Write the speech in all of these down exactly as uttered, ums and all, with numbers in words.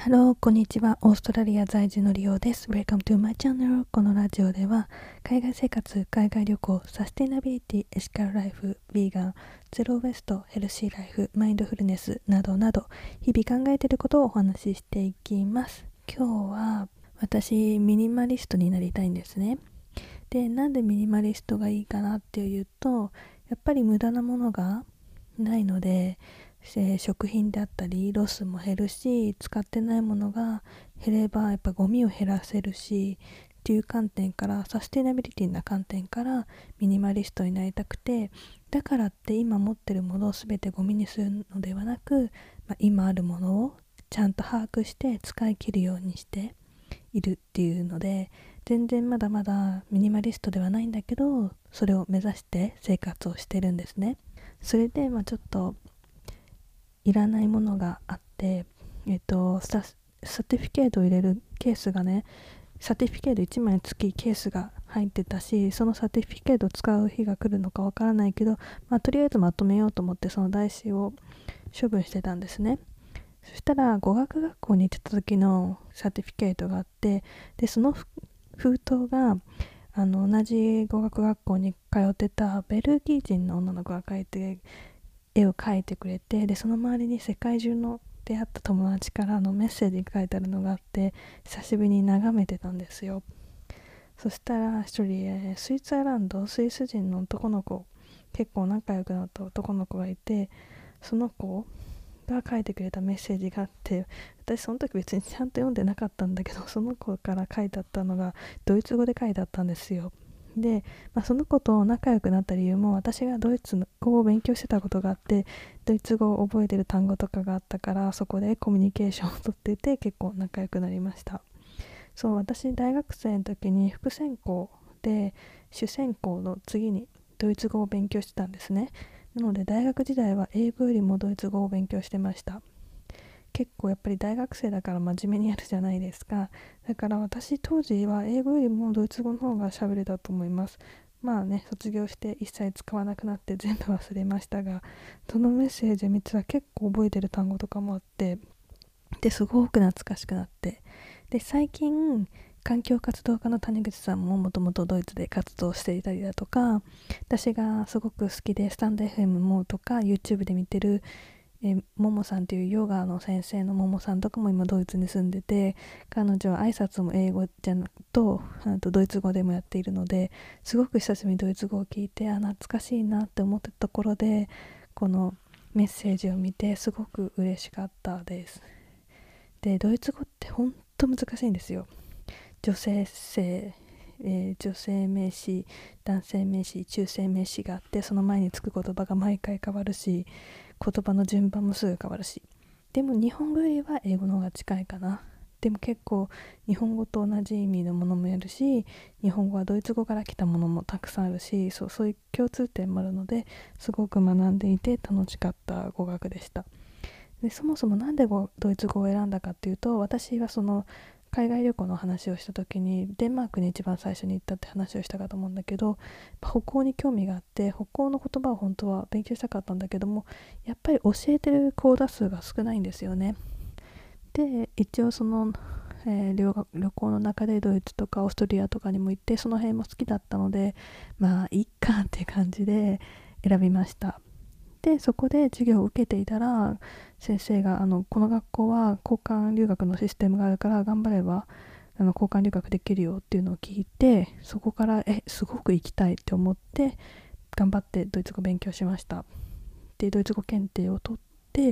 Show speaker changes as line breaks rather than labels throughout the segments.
ハロー、こんにちは。オーストラリア在住のリオです。Welcome to my channel。このラジオでは、海外生活、海外旅行、サステナビリティ、エシカルライフ、ヴィーガン、ゼロウェスト、ヘルシーライフ、マインドフルネスなどなど、日々考えていることをお話ししていきます。今日は、私、ミニマリストになりたいんですね。で、なんでミニマリストがいいかなっていうと、やっぱり無駄なものがないので、えー食品であったりロスも減るし、使ってないものが減ればやっぱゴミを減らせるしっていう観点から、サステナビリティな観点からミニマリストになりたくて、だからって今持ってるものを全てゴミにするのではなく、まあ、今あるものをちゃんと把握して使い切るようにしているっていうので、全然まだまだミニマリストではないんだけど、それを目指して生活をしてるんですね。それでまあちょっといらないものがあって、えっとサ、サティフィケートを入れるケースがね、サティフィケートいちまいにつきケースが入ってたし、そのサティフィケートを使う日が来るのかわからないけど、まあ、とりあえずまとめようと思ってその台紙を処分してたんですね。そしたら語学学校に行ってた時のサティフィケートがあって、でその封筒があの同じ語学学校に通ってたベルギー人の女の子が書いて絵を描いてくれて、でその周りに世界中の出会った友達からのメッセージが書いてあるのがあって、久しぶりに眺めてたんですよ。そしたら一人、えースイスアイランドスイス人の男の子、結構仲良くなった男の子がいて、その子が書いてくれたメッセージがあって、私その時別にちゃんと読んでなかったんだけど、その子から書いてあったのがドイツ語で書いてあったんですよ。で、まあ、その子と仲良くなった理由も、私がドイツ語を勉強してたことがあって、ドイツ語を覚えてる単語とかがあったから、そこでコミュニケーションをとっていて結構仲良くなりました。そう、私大学生の時に副専攻で主専攻の次にドイツ語を勉強してたんですね。なので大学時代は英語よりもドイツ語を勉強してました。結構やっぱり大学生だから真面目にやるじゃないですか。だから私当時は英語よりもドイツ語の方が喋れたと思います。まあね、卒業して一切使わなくなって全部忘れましたが、そのメッセージみっつは結構覚えてる単語とかもあって、ですごく懐かしくなって、で最近環境活動家の谷口さんももともとドイツで活動していたりだとか、私がすごく好きでスタンド エフエム もとか YouTube で見てるえももさんっていうヨガの先生のももさんとかも今ドイツに住んでて、彼女は挨拶も英語じゃなくとあとドイツ語でもやっているので、すごく久しぶりにドイツ語を聞いて、あ懐かしいなって思ってたところで、このメッセージを見てすごく嬉しかったです。でドイツ語ってほんと難しいんですよ。女性性、えー女性名詞、男性名詞、中性名詞があって、その前につく言葉が毎回変わるし、言葉の順番もすぐ変わるし、でも日本語よりは英語の方が近いかな。でも結構日本語と同じ意味のものもやるし、日本語はドイツ語から来たものもたくさんあるし、そう、そういう共通点もあるので、すごく学んでいて楽しかった語学でした。でそもそもなんでドイツ語を選んだかっていうと、私はその海外旅行の話をした時にデンマークに一番最初に行ったって話をしたかと思うんだけど、北欧に興味があって、北欧の言葉を本当は勉強したかったんだけども、やっぱり教えてる講座数が少ないんですよね。で一応その、えー、旅学旅行の中でドイツとかオーストリアとかにも行って、その辺も好きだったので、まあいいかって感じで選びました。でそこで授業を受けていたら、先生があのこの学校は交換留学のシステムがあるから頑張ればあの交換留学できるよっていうのを聞いて、そこからえすごく行きたいって思って頑張ってドイツ語勉強しました。でドイツ語検定を取って、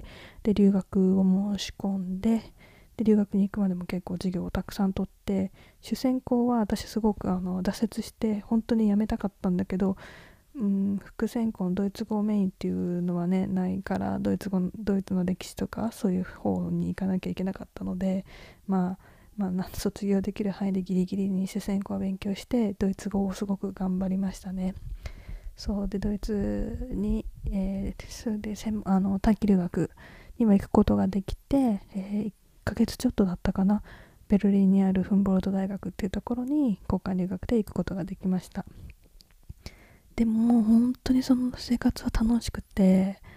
で留学を申し込んで、で留学に行くまでも結構授業をたくさん取って、主専攻は私すごくあの挫折して本当にやめたかったんだけど、うん、副専攻のドイツ語メインっていうのはねないから、ドイツ語ドイツの歴史とかそういう方に行かなきゃいけなかったので、まあまあ卒業できる範囲でギリギリに主専攻は勉強してドイツ語をすごく頑張りましたね。そうでドイツに、えー、それであの短期留学にも行くことができて、えー、いっかげつちょっとだったかな、ベルリンにあるフンボルト大学っていうところに交換留学で行くことができました。でももう本当にその生活は楽しくて、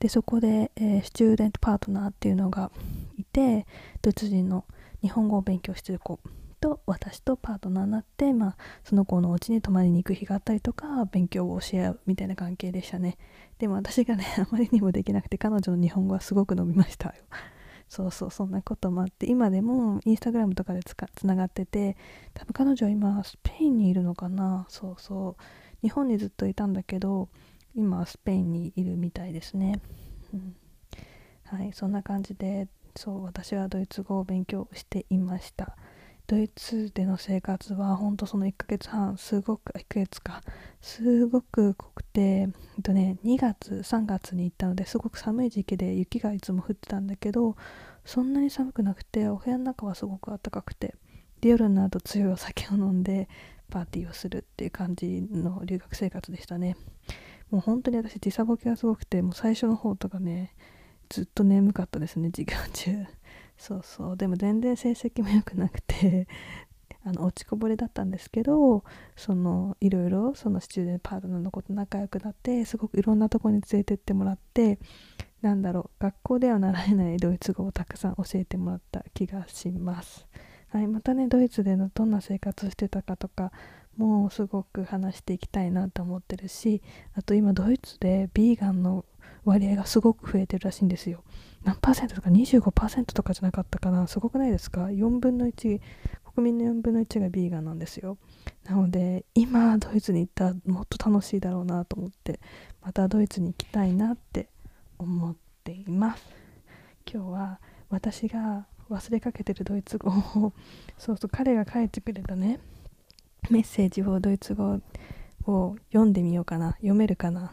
でそこで、えー、スチューデントパートナーっていうのがいて、ドイツ人の日本語を勉強してる子と私とパートナーになって、まあ、その子のお家に泊まりに行く日があったりとか、勉強を教え合うみたいな関係でしたね。でも私がねあまりにもできなくて、彼女の日本語はすごく伸びましたよ。そうそう、そんなこともあって、今でもインスタグラムとかでつかつながってて、多分彼女は今スペインにいるのかな。そうそう、日本にずっといたんだけど今はスペインにいるみたいですね。うん、はい、そんな感じで、そう私はドイツ語を勉強していました。ドイツでの生活は本当そのいっかげつはん、すごくいっかげつかすごく濃くて、えっとね、にがつさんがつに行ったのですごく寒い時期で雪がいつも降ってたんだけど、そんなに寒くなくて、お部屋の中はすごく暖かくて、で夜になると強いお酒を飲んでパーティーをするっていう感じの留学生活でしたね。もう本当に私時差ボケがすごくて、もう最初の方とかねずっと眠かったですね、授業中。そうそう、でも全然成績も良くなくてあの落ちこぼれだったんですけど、そのいろいろそのスチューデントパートナーの子と仲良くなって、すごくいろんなとこに連れてってもらって、なんだろう、学校では習えないドイツ語をたくさん教えてもらった気がします。はい、またねドイツでのどんな生活をしてたかとかもうすごく話していきたいなと思ってるし、あと今ドイツでビーガンの割合がすごく増えてるらしいんですよ。何パーセントとか にじゅうごパーセント とかじゃなかったかな。すごくないですか？ よんぶんのいち、国民のよんぶんのいちがビーガンなんですよ。なので今ドイツに行ったらもっと楽しいだろうなと思って、またドイツに行きたいなって思っています。今日は私が忘れかけてるドイツ語をそうそう、彼が書いてくれたねメッセージをドイツ語を読んでみようかな。読めるかな？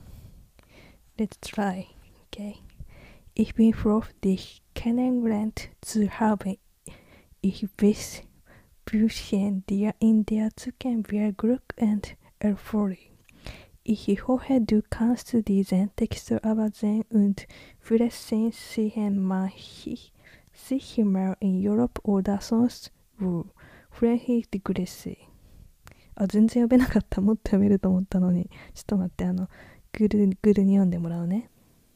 Let's try. Okay. Ich bin froh, dich kennengelernt zu haben. Ich weiß, wünschen dir in der Zukunft viel Glück und Erfolg. Ich hoffe, du kannst diesen Text übersetzen und vielleicht sehen manche sich mal in Europe oder sonst wo. Freundlich grüße. あ、全然読めなかった。もっと読めると思ったのに。ちょっと待って、あの、グル、グルに読んでもらうね。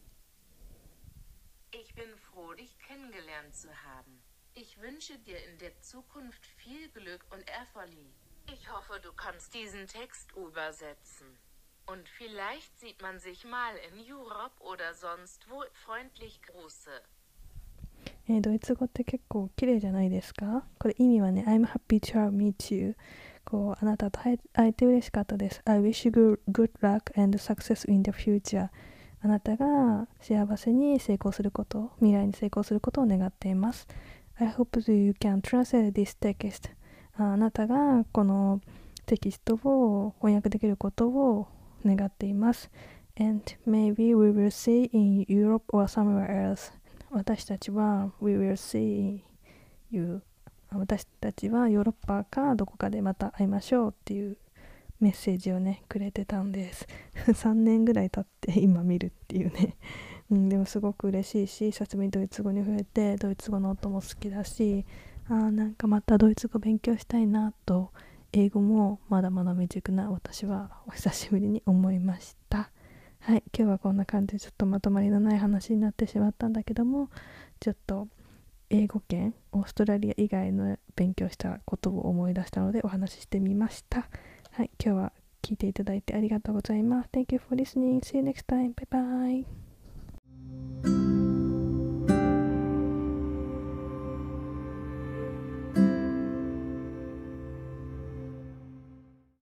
Ich bin froh, dich kennengelernt zu haben. Ich wünsche dir in der Zukunft viel Glück und Erfolg. Ich hoffe, du kannst diesen Text übersetzen. Und vielleicht sieht man sich mal in Europe oder sonst wo. Freundlich Grüße.
えー、ドイツ語って結構綺麗じゃないですか？これ意味はね、I'm happy to meet you。こう、あなたと会えて嬉しかったです。I wish you good luck and success in the future。あなたが幸せに成功すること、未来に成功することを願っています。I hope you can translate this text。あ、あなたがこのテキストを翻訳できることを願っています。And maybe we will see in Europe or somewhere else。私たちは We will see you 私たちはヨーロッパかどこかでまた会いましょうっていうメッセージをねくれてたんですさんねんぐらい経って今見るっていうね、うん、でもすごく嬉しいし、久しぶりにドイツ語に触れて、ドイツ語の音も好きだし、あーなんかまたドイツ語勉強したいなと、英語もまだまだ未熟な私はお久しぶりに思いました。はい、今日はこんな感じでちょっとまとまりのない話になってしまったんだけども、ちょっと英語圏オーストラリア以外の勉強したことを思い出したのでお話ししてみました。はい、今日は聞いていただいてありがとうございます。 Thank you for listening. See you next time. Bye bye.